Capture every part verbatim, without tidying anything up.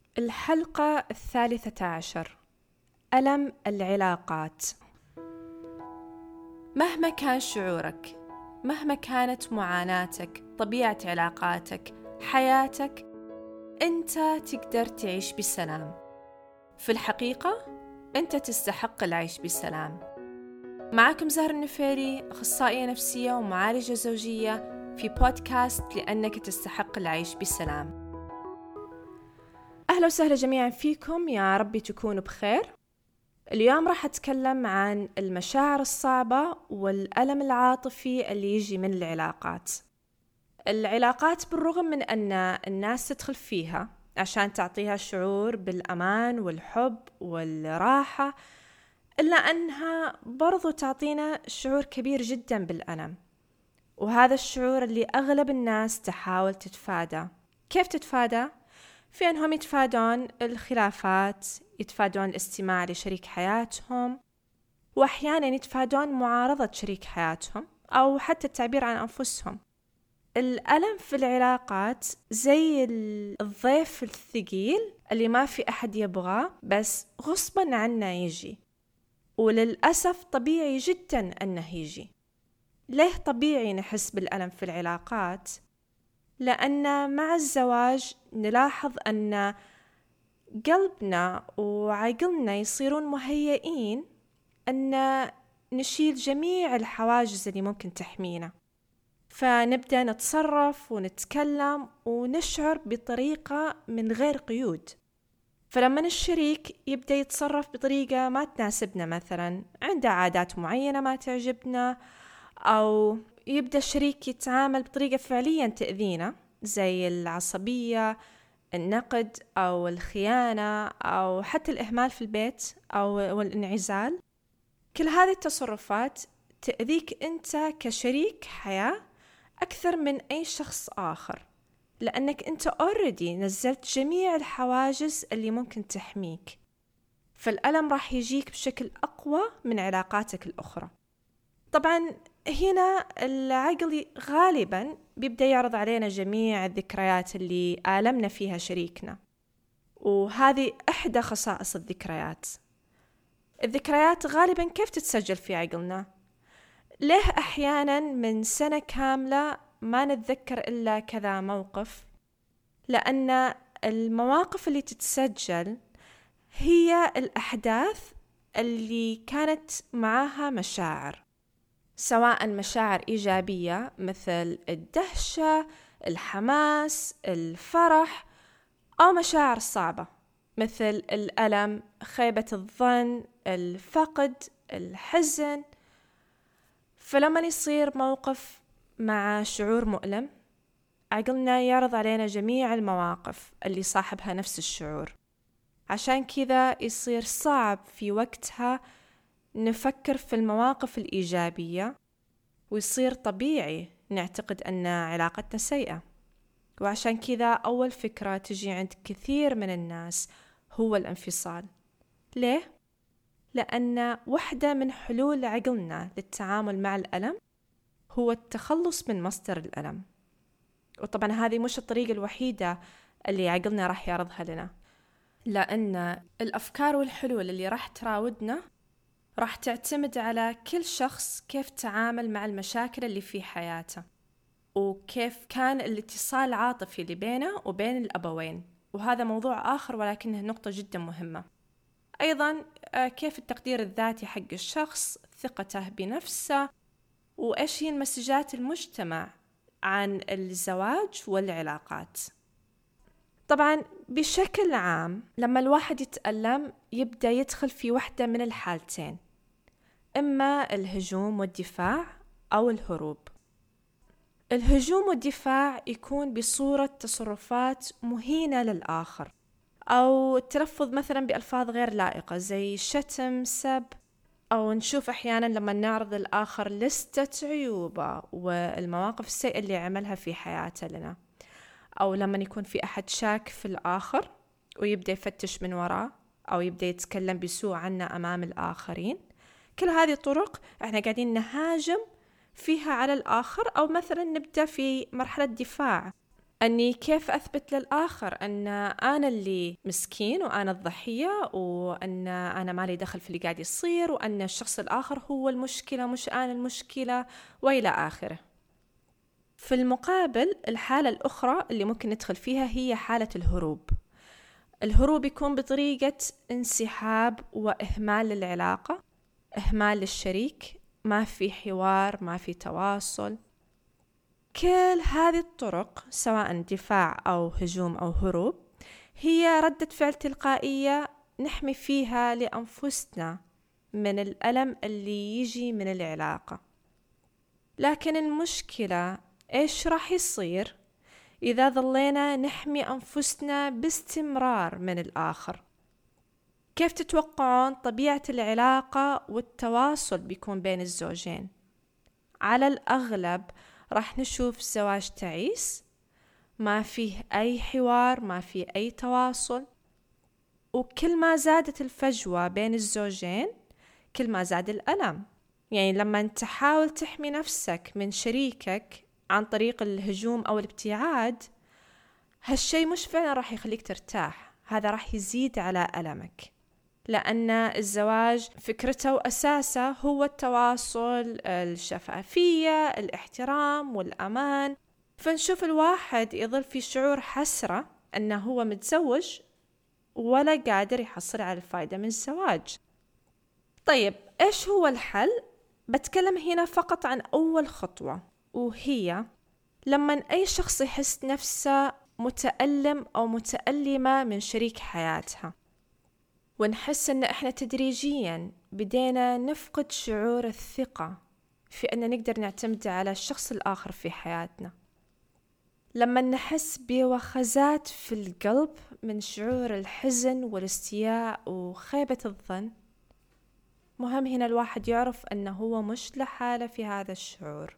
الحلقة الثالثة عشر: ألم العلاقات. مهما كان شعورك، مهما كانت معاناتك، طبيعة علاقاتك، حياتك، أنت تقدر تعيش بسلام. في الحقيقة أنت تستحق العيش بسلام. معكم زهر النفيري، أخصائية نفسية ومعالجة زوجية، في بودكاست لأنك تستحق العيش بسلام. أهلا وسهلا جميعا فيكم، يا ربي تكونوا بخير. اليوم راح أتكلم عن المشاعر الصعبة والألم العاطفي اللي يجي من العلاقات. العلاقات بالرغم من أن الناس تدخل فيها عشان تعطيها شعور بالأمان والحب والراحة، إلا أنها برضو تعطينا شعور كبير جدا بالألم، وهذا الشعور اللي أغلب الناس تحاول تتفادى. كيف تتفادى؟ في أنهم يتفادون الخلافات، يتفادون الاستماع لشريك حياتهم، وأحيانا يتفادون معارضة شريك حياتهم أو حتى التعبير عن أنفسهم. الألم في العلاقات زي الضيف الثقيل اللي ما في أحد يبغاه بس غصبا عنه يجي، وللأسف طبيعي جدا أنه يجي. ليه طبيعي نحس بالألم في العلاقات؟ لأن مع الزواج نلاحظ أن قلبنا وعقلنا يصيرون مهيئين أن نشيل جميع الحواجز اللي ممكن تحمينا، فنبدأ نتصرف ونتكلم ونشعر بطريقة من غير قيود. فلما الشريك يبدأ يتصرف بطريقة ما تناسبنا، مثلا عنده عادات معينة ما تعجبنا، أو يبدأ الشريك يتعامل بطريقة فعليا تأذينا زي العصبية، النقد أو الخيانة أو حتى الإهمال في البيت أو الانعزال، كل هذه التصرفات تأذيك أنت كشريك حياة أكثر من أي شخص آخر، لأنك أنت already نزلت جميع الحواجز اللي ممكن تحميك. فالألم راح يجيك بشكل أقوى من علاقاتك الأخرى. طبعا هنا العقل غالبا بيبدأ يعرض علينا جميع الذكريات اللي آلمنا فيها شريكنا، وهذه إحدى خصائص الذكريات. الذكريات غالبا كيف تتسجل في عقلنا؟ ليه أحيانا من سنة كاملة ما نتذكر إلا كذا موقف؟ لأن المواقف اللي تتسجل هي الأحداث اللي كانت معاها مشاعر، سواء مشاعر إيجابية مثل الدهشة، الحماس، الفرح، أو مشاعر صعبة مثل الألم، خيبة الظن، الفقد، الحزن. فلما يصير موقف مع شعور مؤلم، عقلنا يعرض علينا جميع المواقف اللي صاحبها نفس الشعور، عشان كذا يصير صعب في وقتها نفكر في المواقف الإيجابية، ويصير طبيعي نعتقد أن علاقتنا سيئة. وعشان كذا أول فكرة تجي عند كثير من الناس هو الانفصال. ليه؟ لأن واحدة من حلول عقلنا للتعامل مع الألم هو التخلص من مصدر الألم. وطبعا هذه مش الطريقة الوحيدة اللي عقلنا راح يعرضها لنا، لأن الأفكار والحلول اللي راح تراودنا راح تعتمد على كل شخص كيف تعامل مع المشاكل اللي في حياته، وكيف كان الاتصال العاطفي اللي بينه وبين الأبوين، وهذا موضوع آخر ولكنه نقطة جدا مهمة. أيضا كيف التقدير الذاتي حق الشخص، ثقته بنفسه، وإيش هي المسجات المجتمع عن الزواج والعلاقات. طبعا بشكل عام لما الواحد يتألم يبدأ يدخل في واحدة من الحالتين، إما الهجوم والدفاع أو الهروب. الهجوم والدفاع يكون بصورة تصرفات مهينة للآخر، أو التلفظ مثلا بألفاظ غير لائقة زي شتم، سب، أو نشوف أحيانا لما نعرض الآخر لستة عيوبه والمواقف السيئة اللي عملها في حياته لنا، أو لما يكون في أحد شاك في الآخر ويبدأ يفتش من وراه، أو يبدأ يتكلم بسوء عنا أمام الآخرين. كل هذه طرق احنا قاعدين نهاجم فيها على الآخر، أو مثلا نبدأ في مرحلة دفاع أني كيف أثبت للآخر أن أنا اللي مسكين وأنا الضحية، وأن أنا مالي دخل في اللي قاعد يصير، وأن الشخص الآخر هو المشكلة مش أنا المشكلة، وإلى آخره. في المقابل الحالة الأخرى اللي ممكن ندخل فيها هي حالة الهروب. الهروب يكون بطريقة انسحاب وإهمال للعلاقة، إهمال للشريك، ما في حوار، ما في تواصل. كل هذه الطرق سواء دفاع أو هجوم أو هروب هي ردة فعل تلقائية نحمي فيها لأنفسنا من الألم اللي يجي من العلاقة. لكن المشكلة إيش راح يصير إذا ظلينا نحمي أنفسنا باستمرار من الآخر؟ كيف تتوقعون طبيعة العلاقة والتواصل بيكون بين الزوجين؟ على الأغلب راح نشوف زواج تعيس، ما فيه أي حوار، ما فيه أي تواصل. وكل ما زادت الفجوة بين الزوجين كل ما زاد الألم. يعني لما أنت تحاول تحمي نفسك من شريكك عن طريق الهجوم أو الابتعاد، هالشي مش فعلا راح يخليك ترتاح، هذا راح يزيد على ألمك. لأن الزواج فكرته وأساسه هو التواصل، الشفافية، الاحترام والأمان. فنشوف الواحد يظل في شعور حسرة أنه هو متزوج ولا قادر يحصل على الفائدة من الزواج. طيب إيش هو الحل؟ بتكلم هنا فقط عن أول خطوة، وهي لما أي شخص يحس نفسه متألم أو متألمة من شريك حياتها، ونحس أن إحنا تدريجياً بدينا نفقد شعور الثقة في أن نقدر نعتمد على الشخص الآخر في حياتنا. لما نحس بوخزات في القلب من شعور الحزن والاستياء وخيبة الظن، مهم هنا الواحد يعرف أنه هو مش لحاله في هذا الشعور،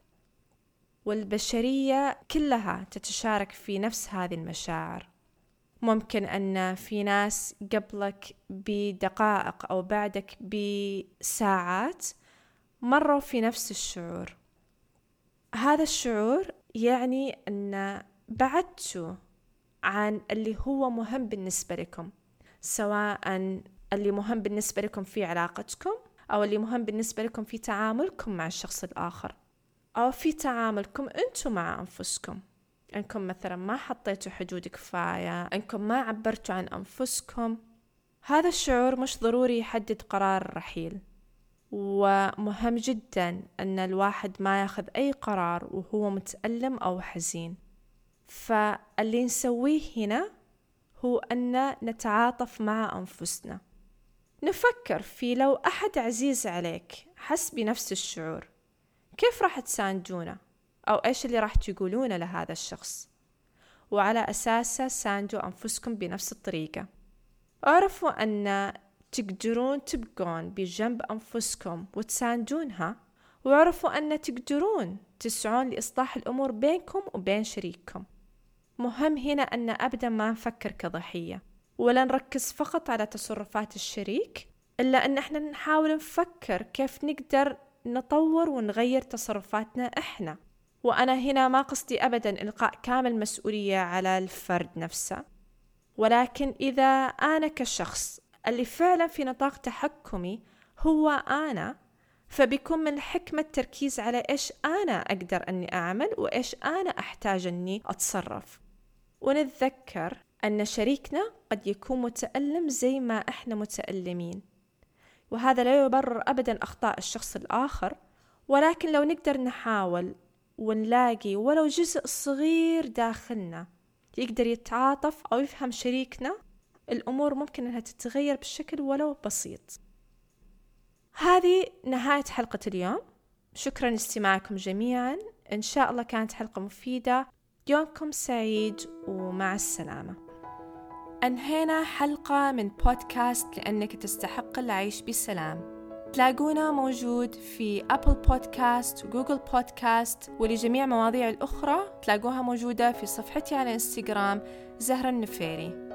والبشرية كلها تتشارك في نفس هذه المشاعر. ممكن أن في ناس قبلك بدقائق أو بعدك بساعات مروا في نفس الشعور. هذا الشعور يعني أن بعدتوا عن اللي هو مهم بالنسبة لكم، سواء اللي مهم بالنسبة لكم في علاقتكم، أو اللي مهم بالنسبة لكم في تعاملكم مع الشخص الآخر، أو في تعاملكم أنتم مع أنفسكم. أنكم مثلا ما حطيتوا حدود كفاية، أنكم ما عبرتوا عن أنفسكم. هذا الشعور مش ضروري يحدد قرار الرحيل، ومهم جدا أن الواحد ما ياخذ أي قرار وهو متألم أو حزين. فاللي نسويه هنا هو أن نتعاطف مع أنفسنا، نفكر في لو أحد عزيز عليك حس بنفس الشعور، كيف راح تساندونه؟ أو إيش اللي راح تقولونه لهذا الشخص؟ وعلى أساسه ساندوا أنفسكم بنفس الطريقة. اعرفوا أن تقدرون تبقون بجنب أنفسكم وتساندونها، واعرفوا أن تقدرون تسعون لإصلاح الأمور بينكم وبين شريككم. مهم هنا أن أبدا ما نفكر كضحية، ولا نركز فقط على تصرفات الشريك، إلا أن احنا نحاول نفكر كيف نقدر نطور ونغير تصرفاتنا إحنا. وأنا هنا ما قصدي أبدا إلقاء كامل مسؤولية على الفرد نفسه، ولكن إذا أنا كشخص اللي فعلا في نطاق تحكمي هو أنا، فبيكون من الحكمة التركيز على إيش أنا أقدر أني أعمل وإيش أنا أحتاج أني أتصرف. ونتذكر أن شريكنا قد يكون متألم زي ما إحنا متألمين، وهذا لا يبرر أبدا أخطاء الشخص الآخر، ولكن لو نقدر نحاول ونلاقي ولو جزء صغير داخلنا يقدر يتعاطف أو يفهم شريكنا، الأمور ممكن أنها تتغير بشكل ولو بسيط. هذه نهاية حلقة اليوم. شكرا لاستماعكم جميعا، إن شاء الله كانت حلقة مفيدة. يومكم سعيد ومع السلامة. أنهينا حلقة من بودكاست لأنك تستحق العيش بسلام. تلاقونا موجود في أبل بودكاست وجوجل بودكاست، ولجميع مواضيع الأخرى تلاقوها موجودة في صفحتي على إنستغرام زهرة النفيري.